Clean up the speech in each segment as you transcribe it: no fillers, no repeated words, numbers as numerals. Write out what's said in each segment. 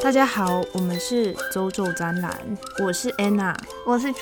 大家好，我们是周周展览，我是 Anna， 我是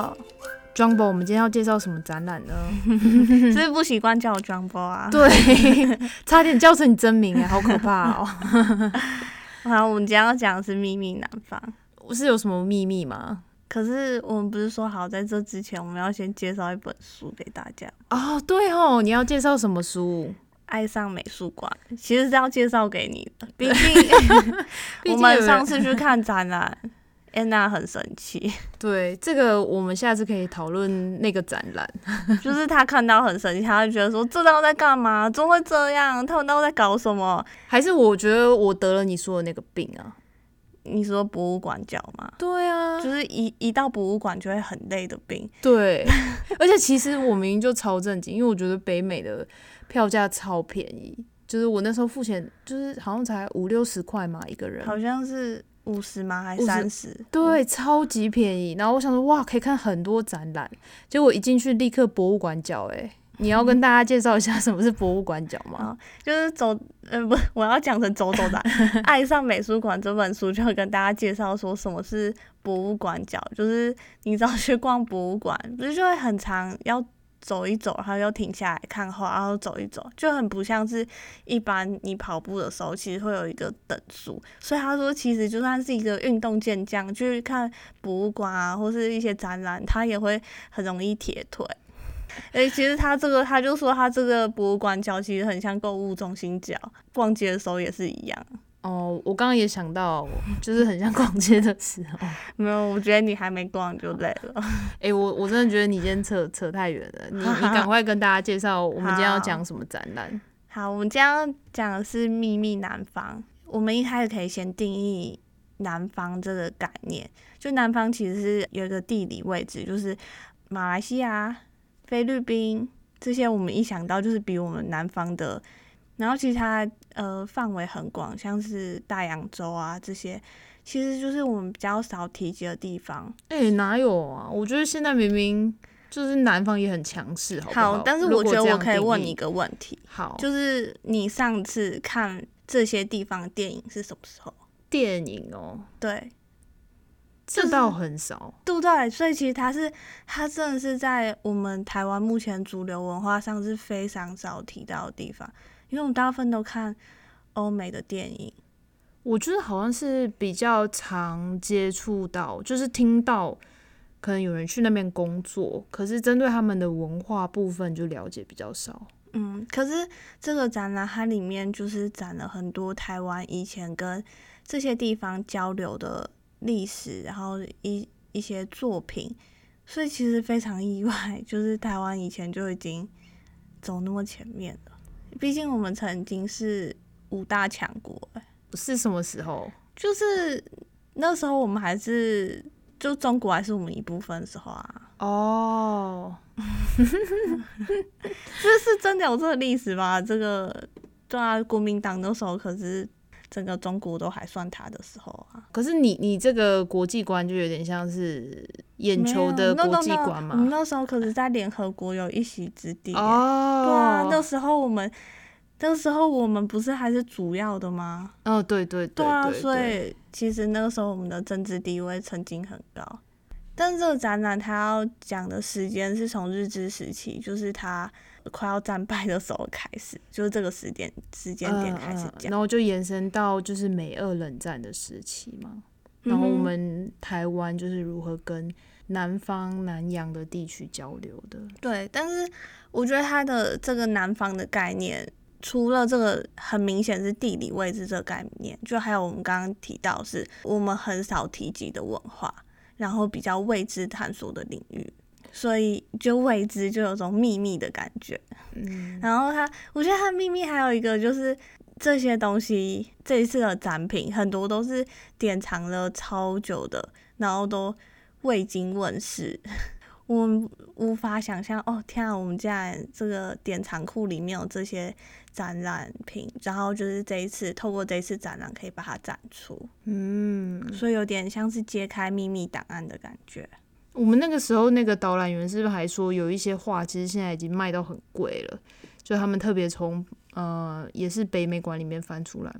Jumbo。 我们今天要介绍什么展览呢？ 是不是不习惯叫我 Jumbo 啊？ 对，差点叫成你真名好可怕哦。 好，我们今天要讲的是秘密南方。 是有什么秘密吗？ 可是我们不是说好在这之前我们要先介绍一本书给大家？ 哦，对哦，你要介绍什么书？ 爱上美术馆，其实是要介绍给你的，毕竟我们上次去看展览，Anna 很生气。 对，这个我们下次可以讨论那个展览。 就是他看到很生气，他就觉得说这到底在干嘛？怎么会这样？他们到底在搞什么？ 还是我觉得我得了你说的那个病啊？ 你说博物馆脚吗？ 对啊， 就是一到博物馆就会很累的病。 对，而且其实我明明就超正经，因为我觉得北美的票价超便宜，就是我那时候付钱就是好像才50-60块嘛一个人， 好像是50吗？还是30？ 对，超级便宜。然后我想说哇，可以看很多展览，结果一进去立刻博物馆角你要跟大家介绍一下什么是博物馆角吗？ 就是不，我要讲成走展。爱上美术馆这本书就会跟大家介绍说什么是博物馆角，就是你只要去逛博物馆，不是就会很长要走一走，然后又停下来看画，然后走一走，就很不像是一般你跑步的时候，其实会有一个等速。所以他说，其实就算是一个运动健将去看博物馆啊，或是一些展览，他也会很容易铁腿。其实他就说他这个博物馆角其实很像购物中心角，逛街的时候也是一样。 哦，我刚刚也想到，就是很像逛街的时候。 没有，我觉得你还没逛就累了。 我真的觉得你今天扯太远了，你赶快跟大家介绍我们今天要讲什么展览。 好，我们今天要讲的是秘密南方。我们一开始可以先定义南方这个概念，就南方其实是有一个地理位置，就是马来西亚、菲律宾这些，我们一想到就是比我们南方的。然后其实它范围很广，像是大洋洲啊这些，其实就是我们比较少提及的地方。 哪有啊？我觉得现在明明就是南方也很强势，好不好？ 好，但是我觉得我可以问你一个问题。 好， 就是你上次看这些地方的电影是什么时候？ 电影哦， 对， 这倒很少， 对不对？所以其实它真的是在我们台湾目前主流文化上是非常少提到的地方，因为我们大部分都看欧美的电影。 我觉得好像是比较常接触到，就是听到可能有人去那边工作，可是针对他们的文化部分就了解比较少。 可是这个展览它里面就是展了很多台湾以前跟这些地方交流的历史，然后一些作品，所以其实非常意外，就是台湾以前就已经走那么前面了。毕竟我们曾经是5大强国。 是什么时候？ 就是那时候我们还是就中国还是我们一部分的时候啊。 哦， 这是真的有这个历史吗？这个对啊，国民党那时候可是整个中国都还算他的时候啊。 可是你这个国际观就有点像是眼球的国际观嘛。 我们那时候可是在联合国有一席之地。 哦， 对啊，那时候我们不是还是主要的吗？ 哦，对啊， 所以其实那个时候我们的政治地位曾经很高。但是这个展览它要讲的时间是从日治时期，就是它快要战败的时候开始，就是这个时间点开始讲， 然后就延伸到就是美俄冷战的时期嘛。然后我们台湾就是如何跟南方南洋的地区交流的。 对，但是我觉得它的这个南方的概念，除了这个很明显是地理位置这个概念，就还有我们刚刚提到是我们很少提及的文化，然后比较未知探索的领域，所以就未知就有种秘密的感觉。然后我觉得它秘密还有一个就是这些东西，这一次的展品很多都是典藏了超久的，然后都未经问世。我们无法想象天啊，我们竟然这个典藏库里面有这些展览品，然后就是透过这一次展览可以把它展出。所以有点像是揭开秘密档案的感觉。 我们那个时候那个导览员是不是还说有一些画其实现在已经卖到很贵了，就他们特别从也是北美馆里面翻出来吗？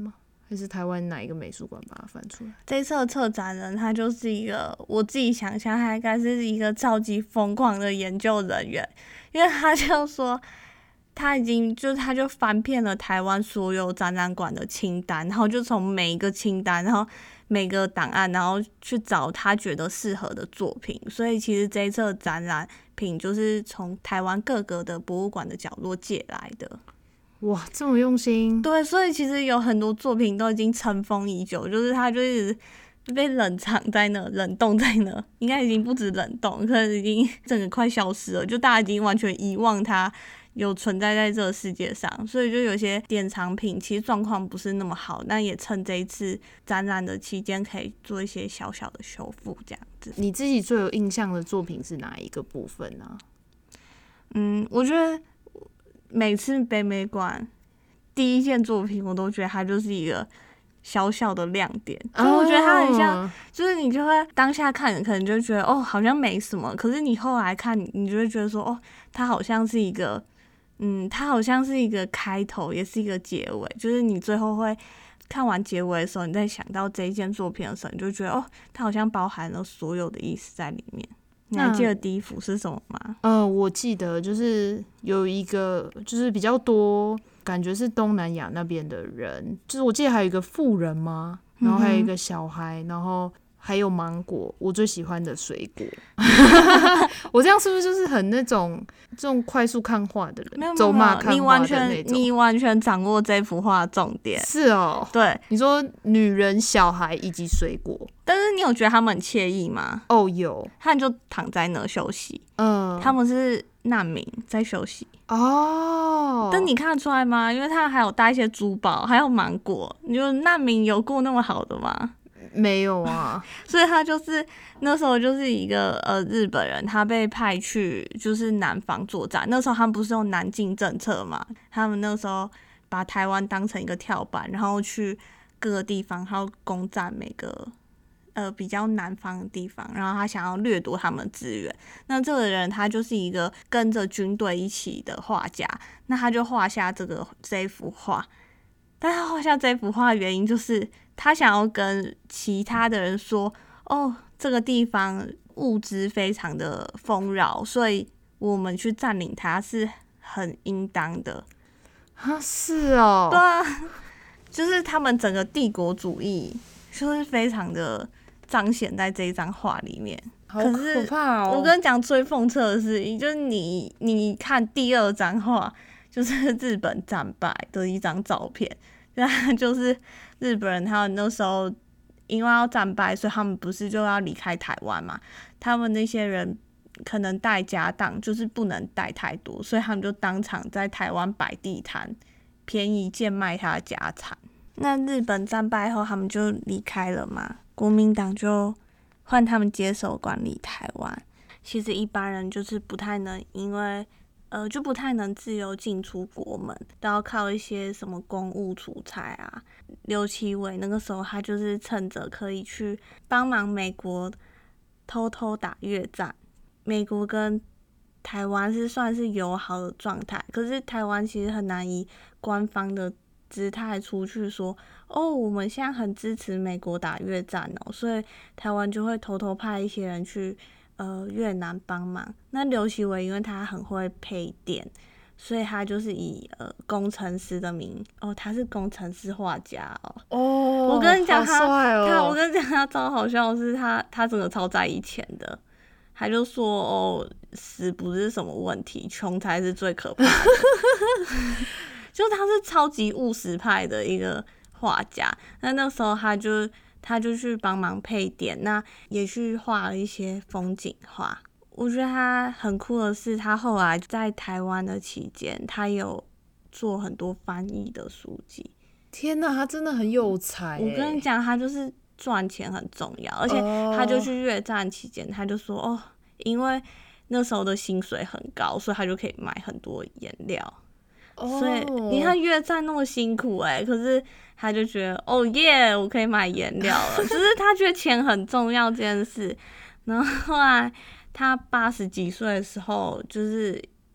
还是台湾哪一个美术馆把它翻出来？ 这一次的策展人他就是一个，我自己想象他应该是一个超级疯狂的研究人员，因为他就说他就翻遍了台湾所有展览馆的清单，然后就从每一个清单，然后每个档案，然后去找他觉得适合的作品。所以其实这一次的展览品就是从台湾各个的博物馆的角落借来的。 哇，这么用心。 对，所以其实有很多作品都已经尘封已久，就是它就一直被冷藏在那，冷冻在那，应该已经不止冷冻，可能已经整个快消失了，就大家已经完全遗忘它有存在在这个世界上。所以就有些典藏品其实状况不是那么好，但也趁这一次展览的期间可以做一些小小的修复这样子。 你自己最有印象的作品是哪一个部分啊？ 我觉得每次北美馆第一件作品，我都觉得它就是一个小小的亮点，就我觉得它很像，就是你就会当下看，可能就觉得好像没什么，可是你后来看，你就会觉得说它好像是一个，它好像是一个开头，也是一个结尾，就是你最后会看完结尾的时候，你再想到这一件作品的时候，你就觉得它好像包含了所有的意思在里面。你还记得第一幅是什么吗？ 我记得就是有一个，就是比较多，感觉是东南亚那边的人，就是我记得还有一个妇人吗？然后还有一个小孩，然后还有芒果，我最喜欢的水果。我这样是不是就是很那种这种快速看画的人，走马看画的那种？ 你完全掌握这幅画的重点。 是哦， 对， 你说女人、小孩以及水果， 但是你有觉得他们很惬意吗？ 有， 他们就躺在那休息。他们是难民在休息。但你看得出来吗？因为他还有带一些珠宝，还有芒果。你觉得难民有过那么好的吗？ 没有啊。 所以他就是那时候就是一个日本人，他被派去就是南方作战。那时候他们不是用南进政策嘛？他们那时候把台湾当成一个跳板，然后去各个地方，然后攻占每个比较南方的地方，然后他想要掠夺他们的资源。那这个人他就是一个跟着军队一起的画家，那他就画下这一幅画。但他画下这幅画的原因就是他想要跟其他的人说，这个地方物资非常的丰饶，所以我们去占领它是很应当的。 是哦。 对啊，就是他们整个帝国主义就是非常的彰显在这一张画里面。 好可怕哦！ 我跟你讲最讽刺的是，就是你看第二张画，就是日本战败的一张照片。那就是日本人他们那时候因为要战败，所以他们不是就要离开台湾嘛？他们那些人可能带家当，就是不能带太多，所以他们就当场在台湾摆地摊，便宜贱卖他的家产。那日本战败后，他们就离开了嘛，国民党就换他们接手管理台湾。其实一般人就是不太能，因为就不太能自由进出国门，都要靠一些什么公务出差啊。刘奇伟那个时候他就是趁着可以去帮忙美国偷偷打越战，美国跟台湾是算是友好的状态，可是台湾其实很难以官方的姿态出去说我们现在很支持美国打越战所以台湾就会偷偷派一些人去越南帮忙。那刘奇伟因为他很会配电，所以他就是以工程师的名他是工程师画家我跟你讲我跟你讲他超好笑的是他真的超在意钱的。他就说死不是什么问题，穷才是最可怕的。就他是超级务实派的一个画家。那时候他就去帮忙配点，那也去画了一些风景画。我觉得他很酷的是，他后来在台湾的期间，他有做很多翻译的书籍。 天哪，他真的很有才我跟你讲，他就是赚钱很重要，而且他就去越战期间，他就说因为那时候的薪水很高，所以他就可以买很多颜料。所以你看越战那么辛苦可是他就觉得我可以买颜料了，就是他觉得钱很重要这件事。然后后来他80几岁的时候，就是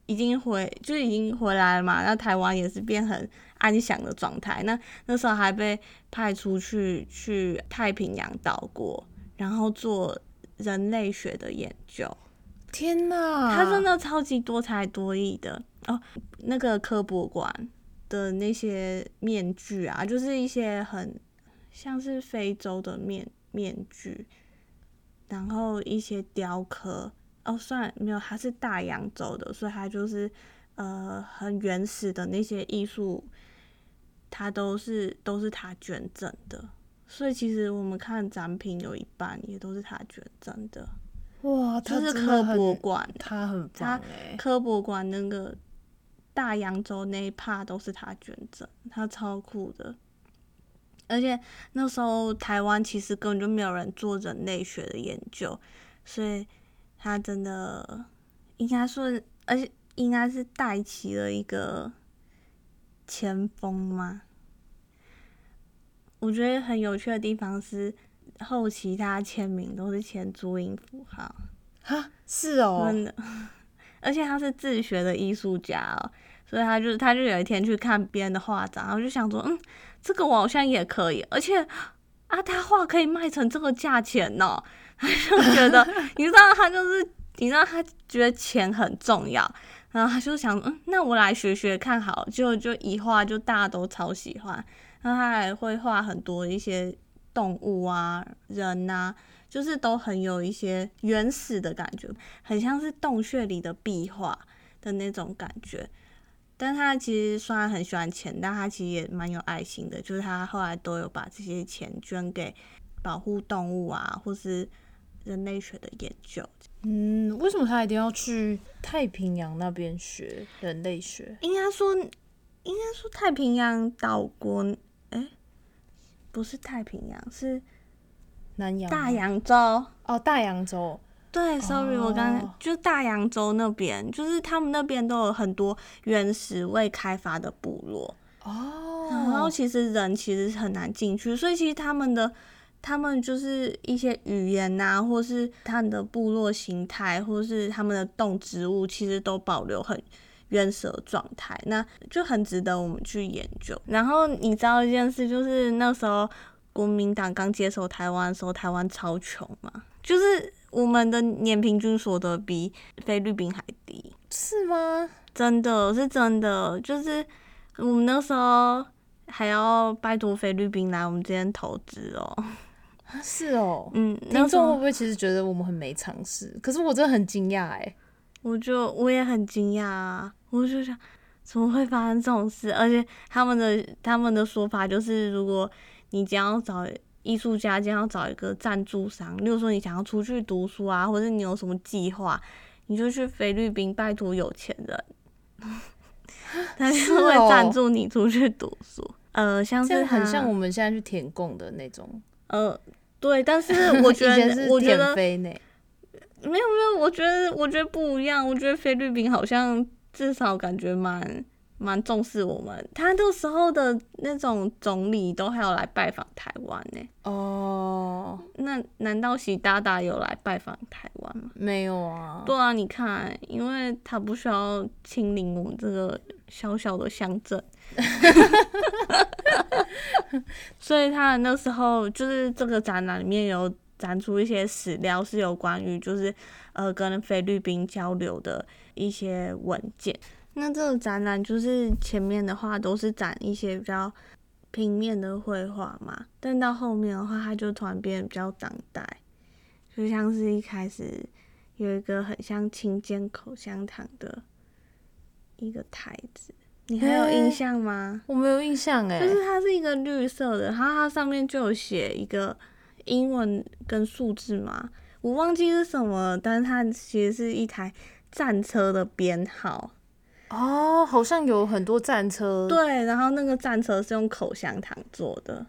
已经回来了嘛，那台湾也是变很安详的状态。那时候还被派出去太平洋岛国，然后做人类学的研究。 天哪， 他真的超级多才多艺的哦。那个科博馆的那些面具啊，就是一些很像是非洲的面具，然后一些雕刻。哦，算没有，它是大洋洲的，所以它就是很原始的那些艺术，它都是他捐赠的。所以其实我们看展品有一半也都是他捐赠的。 哇， 就是科博馆， 他很棒科博馆那个大洋洲那一 part 都是他捐赠，他超酷的。而且那时候台湾其实根本就没有人做人类学的研究，所以他真的应该说，而且应该是带起了一个前锋吗？我觉得很有趣的地方是，后期他签名都是签注音符号。 哈，是哦， 真的，而且他是自学的艺术家哦，所以他就有一天去看别人的画展，然后就想说，这个我好像也可以，而且啊，他画可以卖成这个价钱哦，他就觉得，你知道他觉得钱很重要，然后他就想，那我来学学看好了，就一画就大家都超喜欢，然后他还会画很多一些动物啊、人啊。就是都很有一些原始的感觉，很像是洞穴里的壁画的那种感觉。但他其实虽然很喜欢钱，但他其实也蛮有爱心的，就是他后来都有把这些钱捐给保护动物啊，或是人类学的研究。 为什么他一定要去太平洋那边学人类学？ 应该说太平洋岛国，不是太平洋，是南洋、 大洋洲哦，大洋洲。 对 ，sorry，我刚刚就大洋洲那边，就是他们那边都有很多原始未开发的部落哦， 然后其实人其实很难进去，所以其实他们就是一些语言啊，或是他们的部落形态，或是他们的动植物，其实都保留很原始的状态，那就很值得我们去研究。然后你知道一件事，就是那时候国民党刚接手台湾的时候，台湾超穷嘛，就是我们的年平均所得比菲律宾还低。 是吗？ 真的是真的，就是我们那时候还要拜托菲律宾来我们这边投资哦。 是哦， 那时候听众会不会其实觉得我们很没常识？可是我真的很惊讶哎， 我也很惊讶啊，我就想怎么会发生这种事？而且他们的说法就是，如果你将要找艺术家，将要找一个赞助商，例如说你想要出去读书啊，或者你有什么计划，你就去菲律宾拜托有钱人，他就会赞助你出去读书。像是很像我们现在去填供的那种。 对，但是我觉得以前是填飞呢。 没有，我觉得不一样。我觉得菲律宾好像至少感觉蛮重视我们。他那时候的那种总理都还有来拜访台湾呢。 哦， 那难道习大大有来拜访台湾吗？ 没有啊。 对啊，你看，因为他不需要亲临我们这个小小的乡镇。所以他那时候就是这个展览里面有展出一些史料，是有关于就是跟菲律宾交流的一些文件。那这个展览就是前面的话都是展一些比较平面的绘画嘛，但到后面的话它就突然变得比较当代，就像是一开始有一个很像清间口香糖的一个台子。你还有印象吗？ 我没有印象哎， 就是它是一个绿色的，它上面就有写一个英文跟数字嘛，我忘记是什么，但是它其实是一台战车的编号。 哦，好像有很多战车。 对，然后那个战车是用口香糖做的，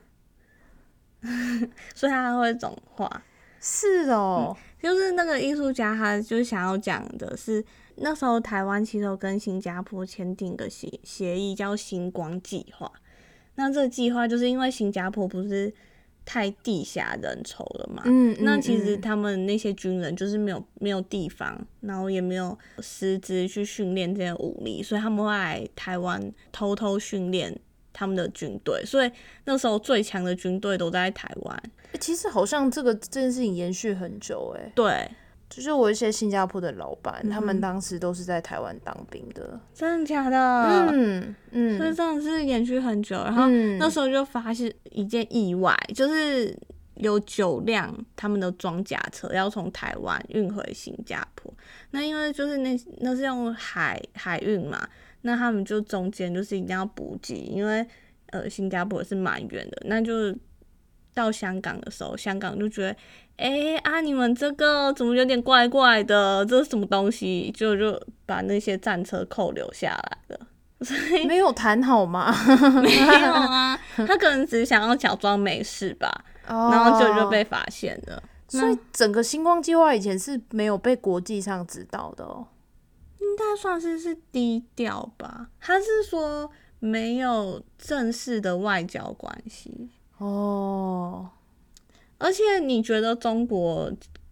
所以它会融化。 是哦， 就是那个艺术家，他就想要讲的是。那时候台湾其实有跟新加坡签订个协议，叫星光计划。那这个计划就是因为新加坡不是太地下人稠了嘛。 那其实他们那些军人就是没有地方，然后也没有师资去训练这些武力，所以他们会来台湾偷偷训练他们的军队，所以那时候最强的军队都在台湾。 其实好像这件事情延续很久对， 就是我一些新加坡的老板，他们当时都是在台湾当兵的。 真的假的？所以真的是延续很久。然后那时候就发现一件意外，就是有9辆他们的装甲车要从台湾运回新加坡。那因为就是那是用海运嘛，那他们就中间就是一定要补给，因为新加坡也是蛮远的，那就到香港的时候，香港就觉得你们这个怎么有点怪怪的，这是什么东西，就把那些战车扣留下来了。所以没有谈好吗？ 没有啊，他可能只是想要假装没事吧，然后就被发现了。 所以整个星光计划以前是没有被国际上知道的应该算是低调吧。他是说没有正式的外交关系而且你觉得中国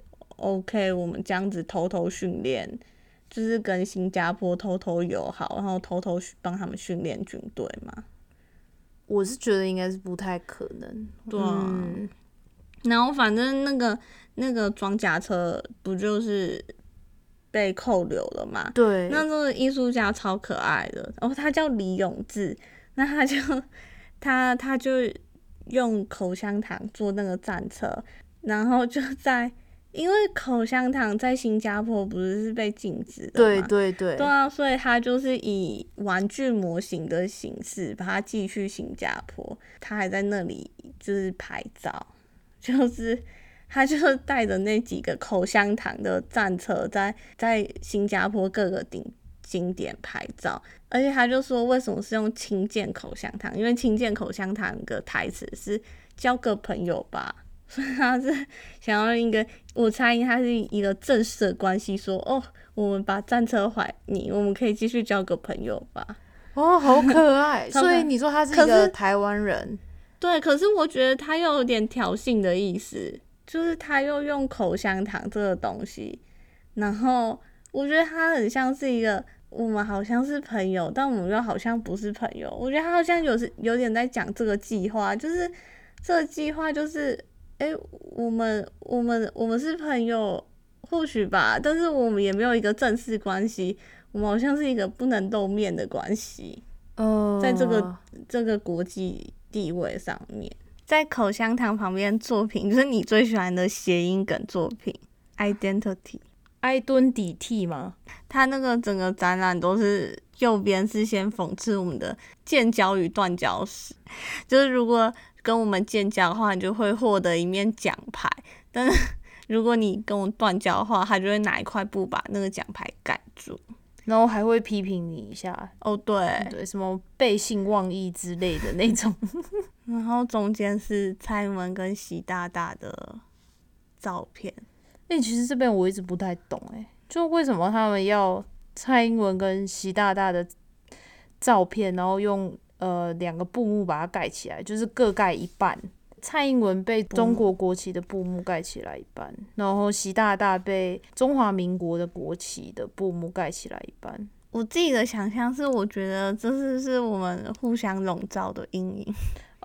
OK 我们这样子偷偷训练，就是跟新加坡偷偷友好，然后偷偷帮他们训练军队吗？ 我是觉得应该是不太可能。 对然后反正那个装甲车不就是被扣留了嘛？ 对。 那这个艺术家超可爱的，他叫李永志，那他就用口香糖做那个战车，然后就因为口香糖在新加坡不是被禁止的嘛？对啊，所以他就是以玩具模型的形式把它寄去新加坡，他还在那里就是拍照，就是他就带着那几个口香糖的战车在新加坡各个景点拍照，而且他就说为什么是用氢键口香糖，因为氢键口香糖的台词是交个朋友吧，所以他是想要我猜他是一个正式的关系，说我们把战车还你，我们可以继续交个朋友吧。 好可爱。所以你说他是一个台湾人？ 对，可是我觉得他又有点挑衅的意思，就是他又用口香糖这个东西，然后我觉得他很像是一个我们好像是朋友，但我们又好像不是朋友。我觉得他好像有点在讲这个计划，就是这个计划就是我们是朋友或许吧，但是我们也没有一个正式关系，我们好像是一个不能露面的关系。在这个国际地位上面，在口香糖旁边作品就是你最喜欢的谐音梗作品 Identity 爱蹲底替吗？ 它那个整个展览都是右边是先讽刺我们的建交与断交史，就是如果跟我们建交的话，你就会获得一面奖牌，但是如果你跟我断交的话，他就会拿一块布把那个奖牌盖住， 然后还会批评你一下。 对， 什么背信忘义之类的那种。 然后中间是蔡英文跟习大大的照片。 其实这边我一直不太懂就为什么他们要蔡英文跟习大大的照片，然后用2个布幕把它盖起来，就是各盖一半。蔡英文被中国国旗的布幕盖起来一半，然后习大大被中华民国的国旗的布幕盖起来一半。 我自己的想象是，我觉得这是我们互相笼罩的阴影。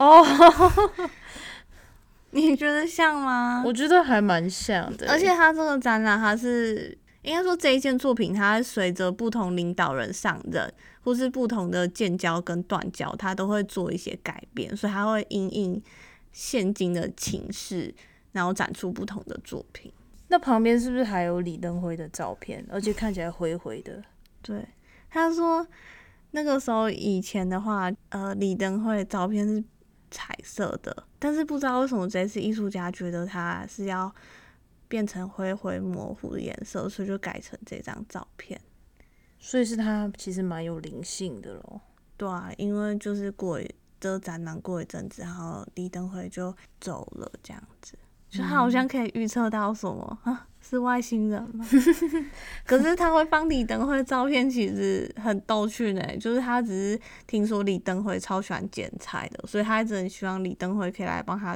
你觉得像吗？ 我觉得还蛮像的。 而且他这个展览，它是应该说这一件作品，它随着不同领导人上任，或是不同的建交跟断交，它都会做一些改变，所以它会因应现今的情势，然后展出不同的作品。 那旁边是不是还有李登辉的照片？而且看起来灰灰的。 对，他说那个时候以前的话，李登辉的照片是彩色的，但是不知道为什么这次艺术家觉得他是要变成灰灰模糊的颜色，所以就改成这张照片。 所以是他其实蛮有灵性的咯。 对啊，因为就是这个展览过一阵子，然后李登辉就走了，这样子，就他好像可以预测到什么是外星人吗？可是他会放李登辉照片，其实很逗趣呢。就是他只是听说李登辉超喜欢剪彩的，所以他一直很希望李登辉可以来帮他这个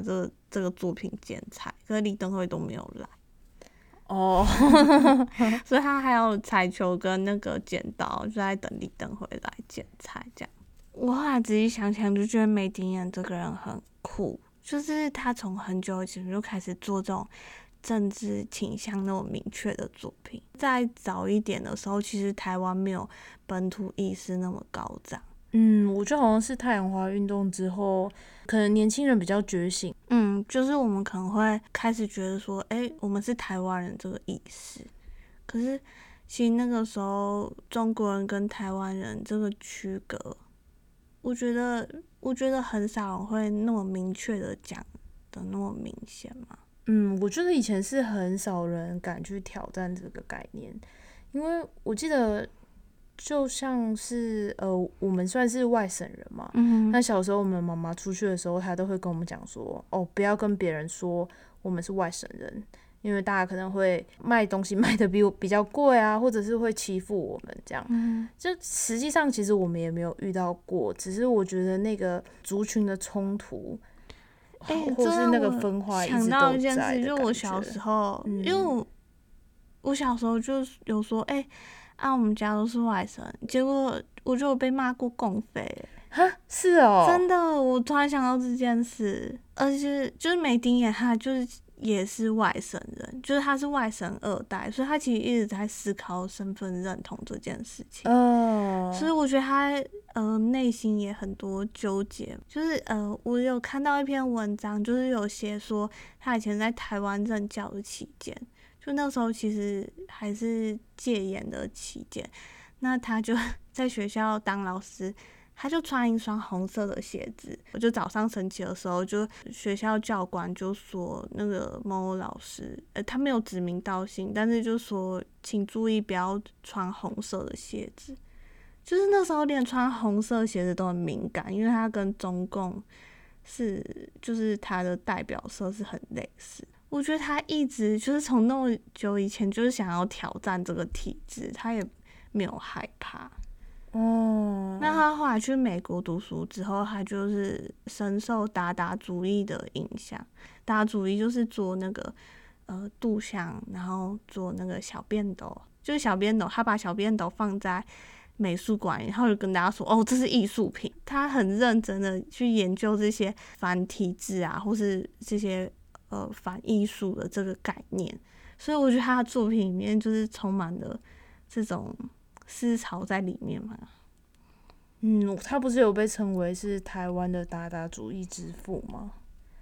这个作品剪彩，可是李登辉都没有来。 哦， 所以他还有彩球跟那个剪刀，就在等李登辉来剪彩这样。我后来仔细想想，就觉得梅迪演这个人很酷，就是他从很久以前就开始做这种政治倾向那种明确的作品。再早一点的时候，其实台湾没有本土意识那么高涨。 我觉得好像是太阳花运动之后，可能年轻人比较觉醒。 就是我们可能会开始觉得说，我们是台湾人这个意识。可是其实那个时候，中国人跟台湾人这个区隔，我觉得很少人会那么明确的讲的那么明显嘛。 我觉得以前是很少人敢去挑战这个概念，因为我记得就像是我们算是外省人嘛，那小时候我们妈妈出去的时候，她都会跟我们讲说，不要跟别人说我们是外省人，因为大家可能会卖东西卖的比较贵啊，或者是会欺负我们这样。就实际上其实我们也没有遇到过，只是我觉得那个族群的冲突，或是那个分化一直都在的感觉。 想到一件事，就是我小时候，因为我小时候就有说，我们家都是外省，结果我就有被骂过共匪。 哈，是哦， 真的，我突然想到这件事，而且就是梅丁也他就是也是外省人，就是他是外省2代，所以他其实一直在思考身份认同这件事情。所以我觉得他内心也很多纠结，就是我有看到一篇文章，就是有写说他以前在台湾任教的期间。就那时候其实还是戒严的期间，那他就在学校当老师，他就穿一双红色的鞋子。我就早上升旗的时候，就学校教官就说那个某某老师，他没有指名道姓，但是就说请注意不要穿红色的鞋子。就是那时候连穿红色鞋子都很敏感，因为他跟中共就是他的代表色是很类似。我觉得他一直就是从那么久以前就是想要挑战这个体制，他也没有害怕。那他后来去美国读书之后，他就是深受达达主义的影响。达达主义就是做那个镀镶，然后做那个小便斗，就是小便斗，他把小便斗放在美术馆，然后就跟大家说，这是艺术品。他很认真的去研究这些反体制啊，或是这些反艺术的这个概念，所以我觉得他的作品里面就是充满了这种思潮在里面嘛。 他不是有被称为是台湾的达达主义之父吗？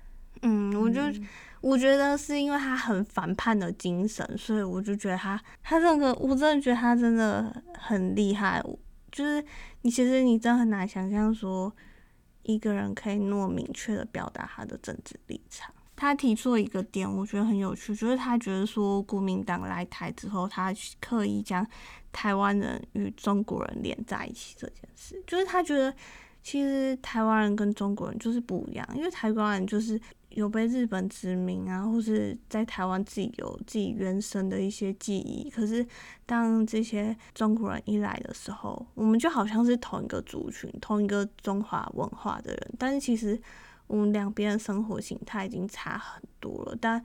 我觉得是因为他很反叛的精神，所以我就觉得他这个，我真的觉得他真的很厉害。就是其实你真的很难想象说一个人可以那么明确的表达他的政治立场。他提出了一个点，我觉得很有趣，就是他觉得说国民党来台之后，他刻意将台湾人与中国人连在一起这件事，就是他觉得其实台湾人跟中国人就是不一样，因为台湾人就是有被日本殖民啊，或是在台湾自己有自己原生的一些记忆，可是当这些中国人一来的时候，我们就好像是同一个族群，同一个中华文化的人，但是其实我们两边的生活形态已经差很多了，但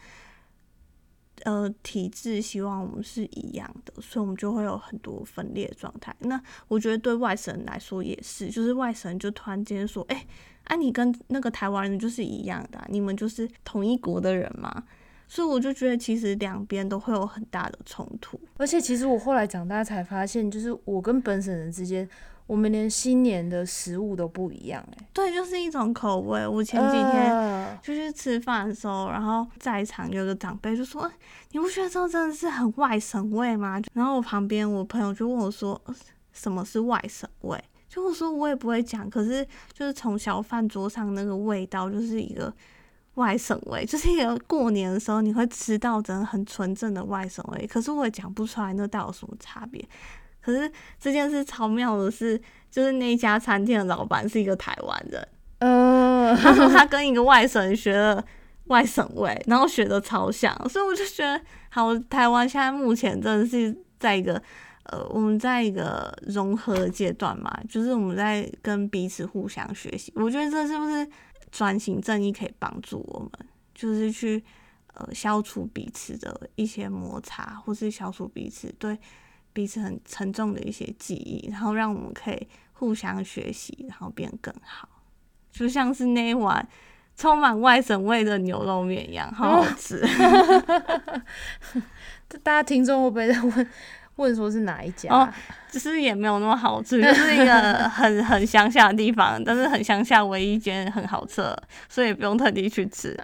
体制希望我们是一样的，所以我们就会有很多分裂的状态。那我觉得对外省人来说也是，就是外省人就突然间说，你跟那个台湾人就是一样的你们就是同一国的人嘛。所以我就觉得其实两边都会有很大的冲突。 而且其实我后来长大才发现，就是我跟本省人之间，我们连新年的食物都不一样对，就是一种口味。我前几天就去吃饭的时候，然后在场有个长辈就说，你不觉得这真的是很外省味吗？然后我旁边我朋友就问我说，什么是外省味？就我说我也不会讲，可是就是从小饭桌上那个味道就是一个外省味，就是一个过年的时候你会吃到真的很纯正的外省味，可是我也讲不出来那到底有什么差别。可是这件事超妙的是，就是那一家餐厅的老板是一个台湾人，他说他跟一个外省人学了外省味，然后学的超像，所以我就觉得，好，台湾现在目前真的是在一个我们在一个融合的阶段嘛，就是我们在跟彼此互相学习。我觉得这是不是转型正义可以帮助我们？ 就是去消除彼此的一些摩擦，或是消除彼此对彼此很沉重的一些记忆，然后让我们可以互相学习，然后变更好。就像是那一碗充满外省味的牛肉面一样，好好吃。 大家听众会不会在问说是哪一家？ 只是也没有那么好吃，就是一个很乡下的地方，但是很乡下唯一一间很好吃的，所以不用特地去吃。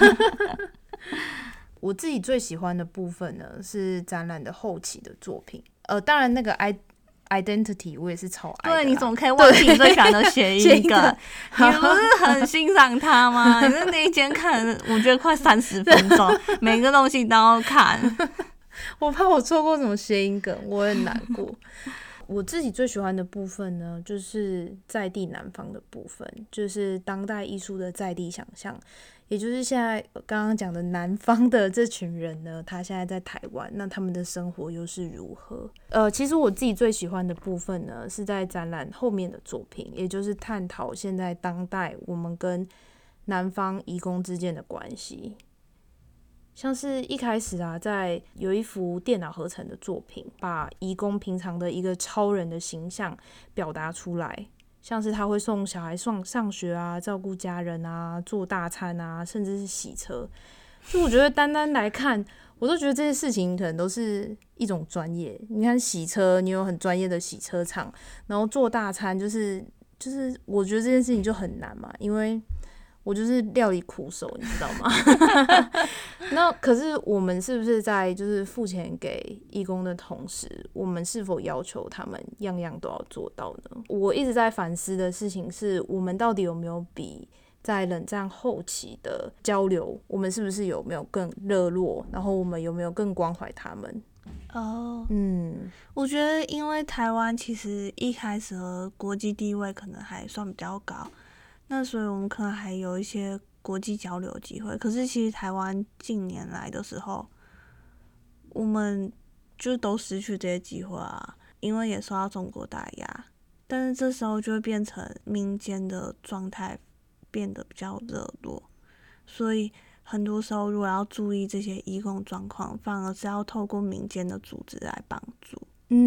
我自己最喜欢的部分呢，是展览的后期的作品。当然那个Identity 我也是超爱的啦。 对，你怎么可以忘记你最喜欢的谐音梗？你不是很欣赏他吗？你在那一间看了，我觉得快30分钟，每个东西都要看。 我怕我错过什么谐音梗，我很难过。我自己最喜欢的部分呢，就是在地南方的部分，就是当代艺术的在地想象，也就是现在刚刚讲的南方的这群人呢，他现在在台湾，那他们的生活又是如何？其实我自己最喜欢的部分呢，是在展览后面的作品，也就是探讨现在当代我们跟南方移工之间的关系。像是一开始啊，在有一幅电脑合成的作品，把移工平常的一个超人的形象表达出来，像是他会送小孩上学啊，照顾家人啊，做大餐啊，甚至是洗车。就我觉得单单来看，我都觉得这些事情可能都是一种专业。你看洗车，你有很专业的洗车场，然后做大餐，就是我觉得这件事情就很难嘛，因为我就是料理苦手，你知道吗？那可是我们是不是在就是付钱给义工的同时，我们是否要求他们样样都要做到呢？我一直在反思的事情是，我们到底有没有比在冷战后期的交流，我们是不是有没有更热络，然后我们有没有更关怀他们？ 我觉得因为台湾其实一开始的国际地位可能还算比较高，那所以我们可能还有一些国际交流机会。可是其实台湾近年来的时候，我们就都失去这些机会啊，因为也受到中国打压。但是这时候就会变成民间的状态变得比较热络，所以很多时候如果要注意这些移工状况，反而是要透过民间的组织来帮助。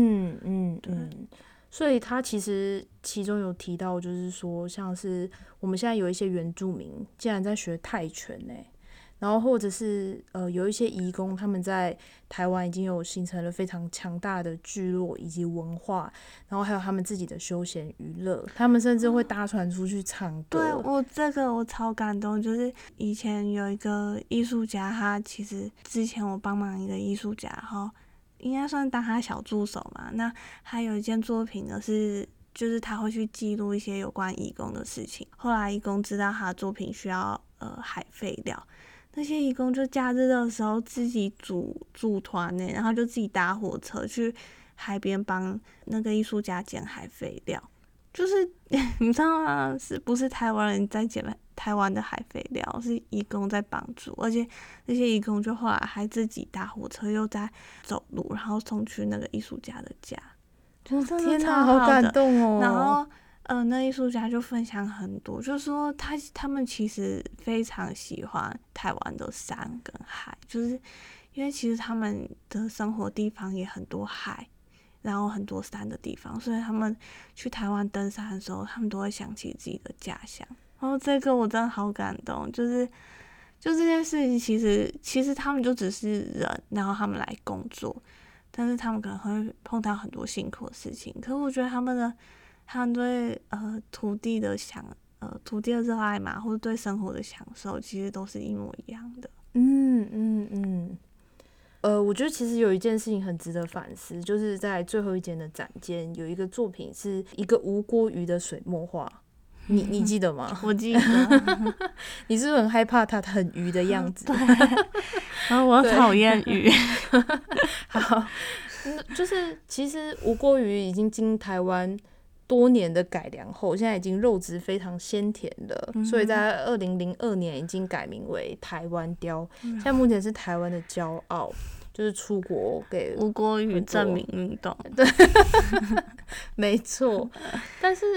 所以他其实其中有提到，就是说像是我们现在有一些原住民竟然在学泰拳然后或者是有一些移工他们在台湾已经有形成了非常强大的聚落以及文化，然后还有他们自己的休闲娱乐，他们甚至会搭船出去唱歌。 对，这个我超感动，就是以前有一个艺术家，他其实之前我帮忙一个艺术家，然后应该算当他小助手嘛。那还有一件作品呢就是他会去记录一些有关移工的事情。后来移工知道他的作品需要海废料，那些移工就假日的时候自己组团然后就自己搭火车去海边帮那个艺术家捡海废料。就是你知道吗？是不是台湾人在捡台湾的海废料，是移工在帮助，而且那些移工就后来还自己搭火车又在走路，然后送去那个艺术家的家。 天哪，好感动哦！ 然后那艺术家就分享很多，就是说他们其实非常喜欢台湾的山跟海，就是因为其实他们的生活地方也很多海，然后很多山的地方，所以他们去台湾登山的时候，他们都会想起自己的家乡。然后这个我真的好感动，就这件事情其实他们就只是人，然后他们来工作，但是他们可能会碰到很多辛苦的事情。可是我觉得他们对土地的热爱嘛，或者对生活的享受，其实都是一模一样的。 我觉得其实有一件事情很值得反思，就是在最后一间的展间有一个作品是一个无锅鱼的水墨画，你记得吗？ 我记得。 你是不是很害怕它很鱼的样子？ 对，然后我讨厌鱼。 好，就是其实无锅鱼已经经台湾多年的改良后，现在已经肉质非常鲜甜了，所以在2002年已经改名为台湾雕，现在目前是台湾的骄傲，就是出国给无锅鱼证明运动。 对，没错。但是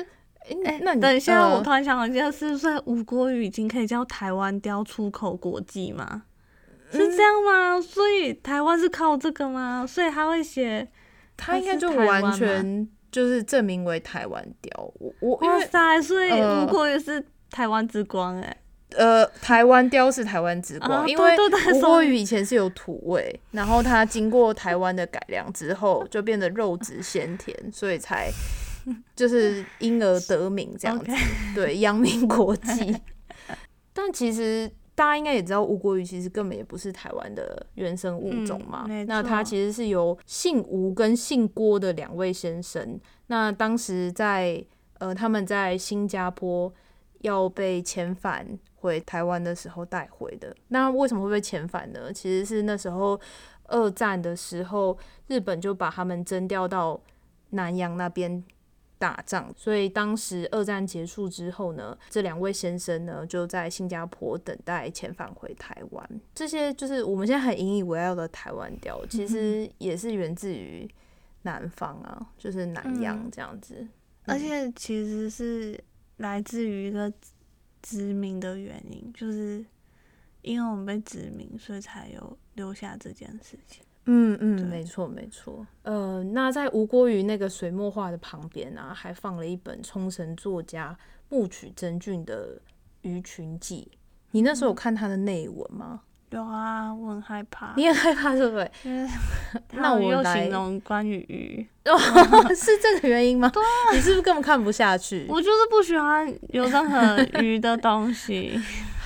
那你等一下，我突然想到一件事，是吴郭语已经可以叫台湾雕出口国际吗？是这样吗？所以台湾是靠这个吗？所以他会写， 他应该就完全就是证明为台湾雕。 哇塞，所以吴郭语是台湾之光台湾雕是台湾之光，因为吴郭语以前是有土味，然后它经过台湾的改良之后，就变得肉质鲜甜，所以才就是因而得名这样子，对，扬名国际。但其实大家应该也知道，吴郭语其实根本也不是台湾的原生物种嘛。那它其实是由姓吴跟姓郭的2位先生，那当时在他们在新加坡要被遣返回台湾的时候带回的。那为什么会被遣返呢？其实是那时候2战的时候，日本就把他们征调到南洋那边打仗，所以当时2战结束之后呢，这2位先生呢就在新加坡等待遣返回台湾。这些就是我们现在很引以为傲的台湾雕，其实也是源自于南方啊，就是南洋这样子。 而且其实是来自于一个殖民的原因，就是因为我们被殖民，所以才有留下这件事情。 没错没错。那在吴郭语那个水墨画的旁边啊，还放了一本冲绳作家木取真俊的《鱼群记》。你那时候有看他的内文吗？ 有啊，我很害怕。 你很害怕对不对？那我又形容关于鱼是这个原因吗？你是不是根本看不下去？ 我就是不喜欢有任何鱼的东西。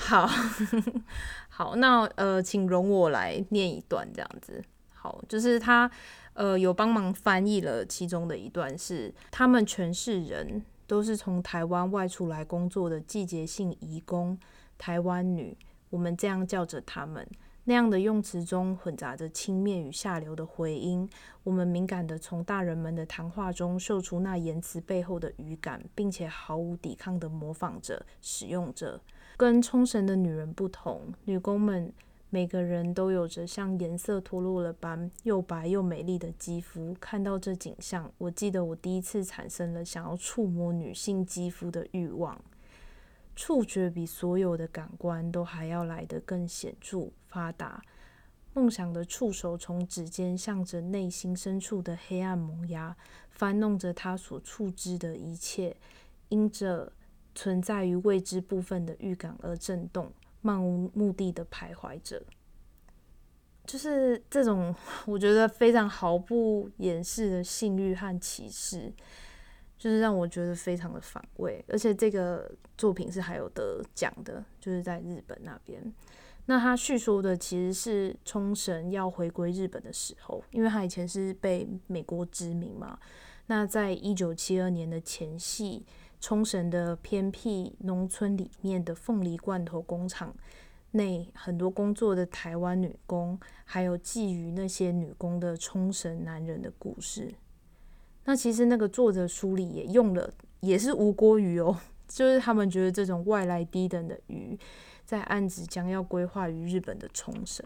好，那请容我来念一段这样子。好，就是他有帮忙翻译了其中的一段是，他们全是人，都是从台湾外出来工作的季节性移工，台湾女，我们这样叫着他们。那样的用词中混杂着轻蔑与下流的回音，我们敏感地从大人们的谈话中嗅出那言辞背后的语感，并且毫无抵抗地模仿着、使用着。跟冲绳的女人不同，女工们每个人都有着像颜色脱落了般又白又美丽的肌肤。看到这景象，我记得我第一次产生了想要触摸女性肌肤的欲望。触觉比所有的感官都还要来得更显著发达，梦想的触手从指尖向着内心深处的黑暗萌芽，翻弄着它所触知的一切，因着存在于未知部分的预感而震动，漫无目的的徘徊着。就是这种我觉得非常毫不掩饰的性欲和歧视，就是让我觉得非常的反胃。而且这个作品是还有得奖的，就是在日本那边。那他叙说的其实是冲绳要回归日本的时候，因为他以前是被美国殖民嘛。那在1972年的前夕，冲绳的偏僻农村里面的凤梨罐头工厂内，很多工作的台湾女工，还有觊觎那些女工的冲绳男人的故事。那其实那个作者书里也用了，也是吴郭语哦，就是他们觉得这种外来低等的鱼，在暗指将要归化于日本的冲绳。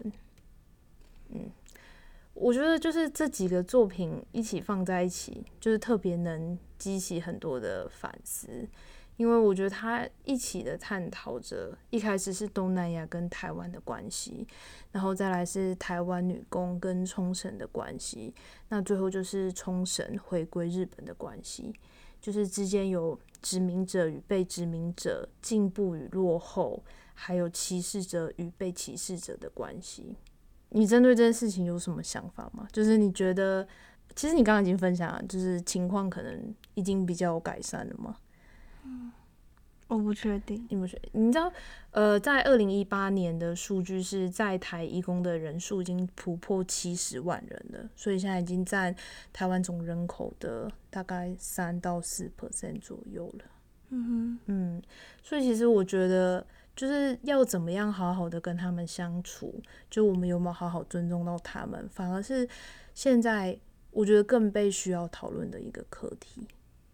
我觉得就是这几个作品一起放在一起，就是特别能激起很多的反思，因为我觉得他一起的探讨着，一开始是东南亚跟台湾的关系，然后再来是台湾女工跟冲绳的关系，那最后就是冲绳回归日本的关系，就是之间有殖民者与被殖民者、进步与落后，还有歧视者与被歧视者的关系。你针对这件事情有什么想法吗？就是你觉得，其实你刚刚已经分享了，就是情况可能已经比较有改善了吗？ 我不确定。 你知道，在2018年的数据是在台移工的人数已经突破70万人了，所以现在已经占台湾总人口的大概3到4% 左右了。所以其实我觉得就是要怎么样好好的跟他们相处，就我们有没有好好尊重到他们，反而是现在我觉得更被需要讨论的一个课题。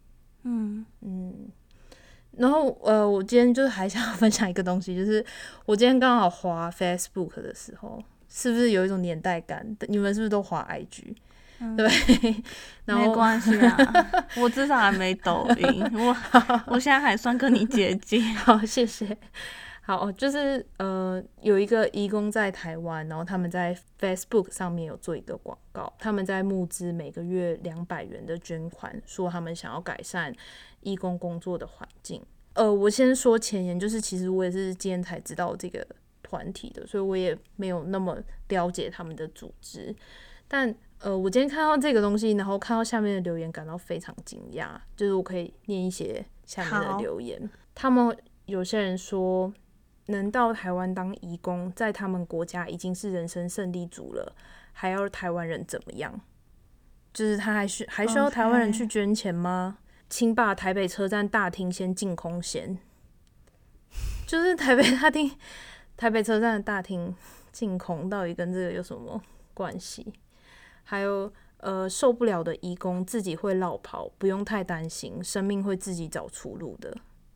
然后我今天就是还想要分享一个东西，就是我今天刚好滑 Facebook 的时候，是不是有一种年代感？你们是不是都滑 IG？ 对，然后没关系啊，我至少还没抖音，我现在还算跟你接近。 好，谢谢。好，就是有一个移工在台湾，然后他们在 Facebook 上面有做一个广告，他们在募资每个月200元的捐款，说他们想要改善移工工作的环境。我先说前言，就是其实我也是今天才知道这个团体的，所以我也没有那么了解他们的组织。但我今天看到这个东西，然后看到下面的留言，感到非常惊讶。就是我可以念一些下面的留言，他们有些人说，能到台湾当移工，在他们国家已经是人生胜利组了，还要台湾人怎么样？就是他还需要台湾人去捐钱吗？请把台北车站大厅先净空先，就是台北车站的大厅净空，到底跟这个有什么关系？还有受不了的移工自己会落跑，不用太担心，生命会自己找出路的。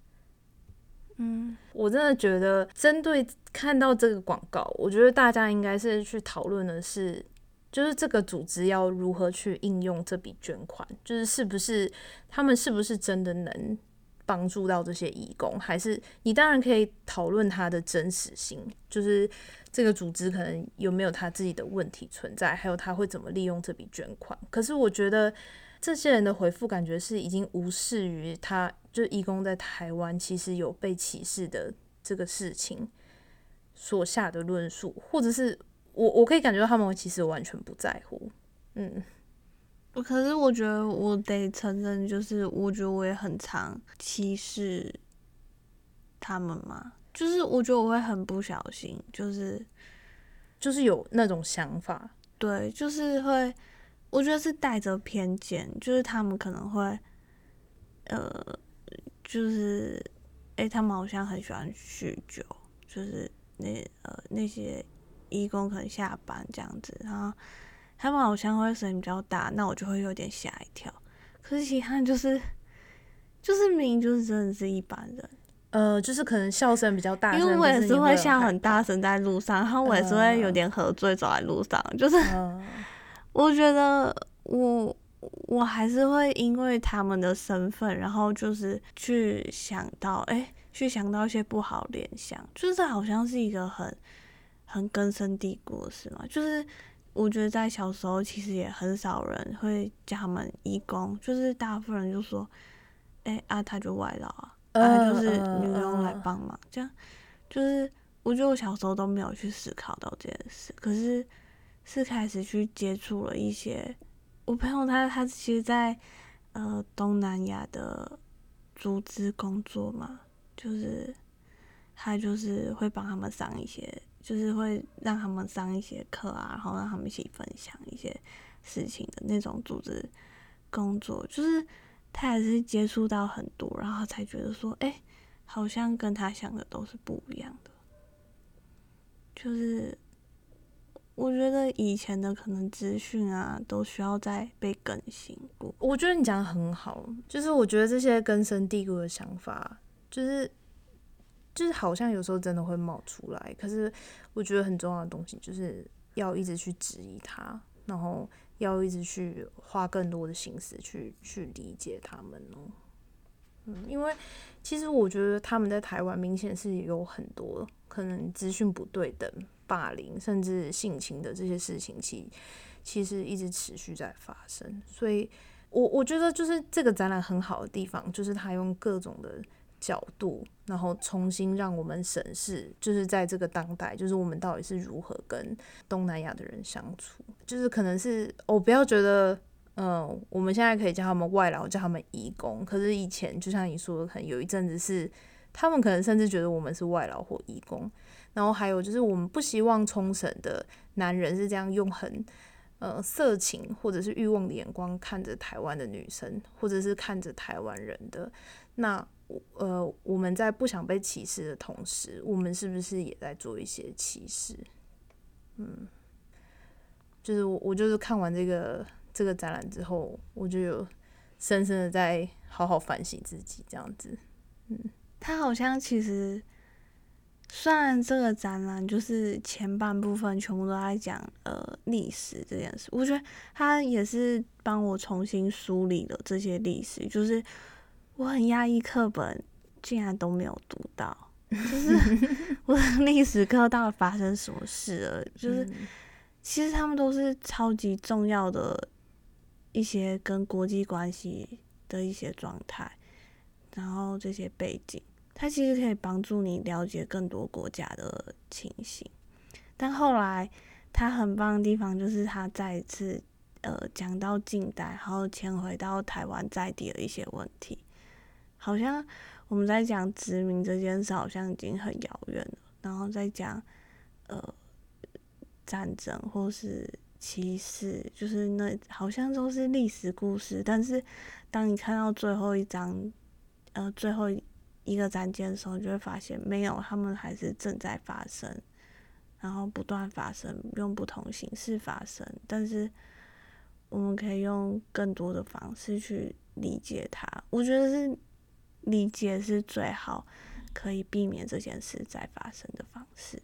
我真的觉得针对看到这个广告，我觉得大家应该是去讨论的是，就是这个组织要如何去应用这笔捐款，就是他们是不是真的能帮助到这些移工，还是你当然可以讨论它的真实性，就是这个组织可能有没有他自己的问题存在，还有他会怎么利用这笔捐款。可是我觉得这些人的回复感觉是已经无视于他就是移工在台湾其实有被歧视的这个事情所下的论述，或者是我可以感觉到他们其实完全不在乎。 可是我觉得我得承认，就是我觉得我也很常歧视他们嘛，就是我觉得我会很不小心， 就是有那种想法， 对，就是会，我觉得是带着偏见，就是他们可能会，就是他们好像很喜欢酗酒，就是那些义工可能下班这样子，然后他们好像会声音比较大，那我就会有点吓一跳。可是其他人就是明明就是真的是一般人， 就是可能笑声比较大声， 因为我也是会笑很大大声在路上，然后我也是会有点喝醉走在路上，就是我觉得我还是会因为他们的身份，然后就是去想到一些不好联想，就是这好像是一个很根深蒂固的事嘛。就是我觉得在小时候其实也很少人会叫他们移工，就是大部分人就说，他就外劳啊，就是女佣来帮忙，这样就是我觉得我小时候都没有去思考到这件事，可是是开始去接触了一些。我朋友他其实在东南亚的组织工作嘛，就是他就是会帮他们上一些，就是会让他们上一些课啊，然后让他们一起分享一些事情的那种组织工作，就是他也是接触到很多，然后才觉得说，好像跟他想的都是不一样的，就是我觉得以前的可能资讯啊，都需要再被更新过。 我觉得你讲的很好，就是我觉得这些根深蒂固的想法，就是好像有时候真的会冒出来，可是我觉得很重要的东西就是要一直去质疑它，然后要一直去花更多的心思去理解他们哦。因为其实我觉得他们在台湾明显是有很多可能资讯不对等、霸凌甚至性侵的这些事情，其实一直持续在发生。所以我觉得就是这个展览很好的地方，就是他用各种的角度，然后重新让我们审视，就是在这个当代，就是我们到底是如何跟东南亚的人相处。就是可能是不要觉得我们现在可以叫他们外劳，叫他们移工，可是以前就像你说的，可能有一阵子是他们可能甚至觉得我们是外劳或移工。然后还有就是我们不希望冲绳的男人是这样用很色情或者是欲望的眼光看着台湾的女生，或者是看着台湾人的。那我们在不想被歧视的同时，我们是不是也在做一些歧视？就是我就是看完这个展览之后，我就有深深的在好好反省自己这样子。 他好像其实虽然这个展览就是前半部分全部都在讲历史这件事，我觉得它也是帮我重新梳理了这些历史，就是我很压抑课本竟然都没有读到，就是我的历史课到底发生什么事了？就是其实他们都是超级重要的一些跟国际关系的一些状态，然后这些背景。它其实可以帮助你了解更多国家的情形，但后来它很棒的地方就是它再一次讲到近代，然后牵回到台湾在地的一些问题，好像我们在讲殖民这件事好像已经很遥远了，然后再讲战争或是歧视，就是那好像都是历史故事，但是当你看到最后一章最后一个展件的时候，你就会发现没有，他们还是正在发生，然后不断发生，用不同形式发生，但是我们可以用更多的方式去理解它。我觉得是理解是最好可以避免这件事再发生的方式。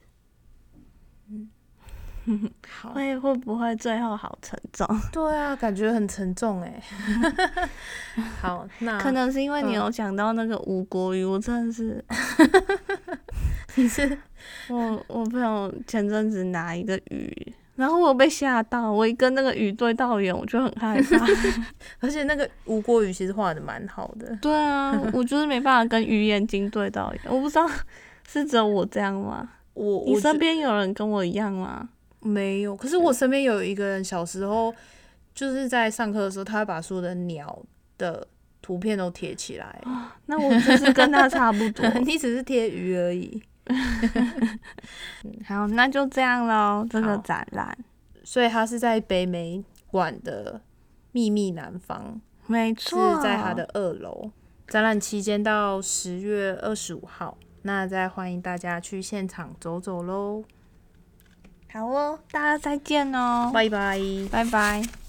好， 会不会最后好沉重？ 对啊，感觉很沉重哎。好，那可能是因为你有讲到那个吴国语，我真的是， 你是我朋友前阵子拿一个鱼，然后我被吓到，我一跟那个鱼对到眼，我就很害怕。 而且那个吴国语其实画的蛮好的。 对啊，我就是没办法跟鱼眼睛对到眼，我不知道是只有我这样吗？你身边有人跟我一样吗？ 没有，可是我身边有一个人，小时候就是在上课的时候，他会把所有的鸟的图片都贴起来。 那我就是跟他差不多。 你只是贴鱼而已。 好，那就这样咯，这个展览。 所以它是在北美馆的秘密南方， 没错， 是在它的2楼。展览期间到10月25号，那再欢迎大家去现场走走咯。 好哦，大家再见哦， 拜拜， 拜拜。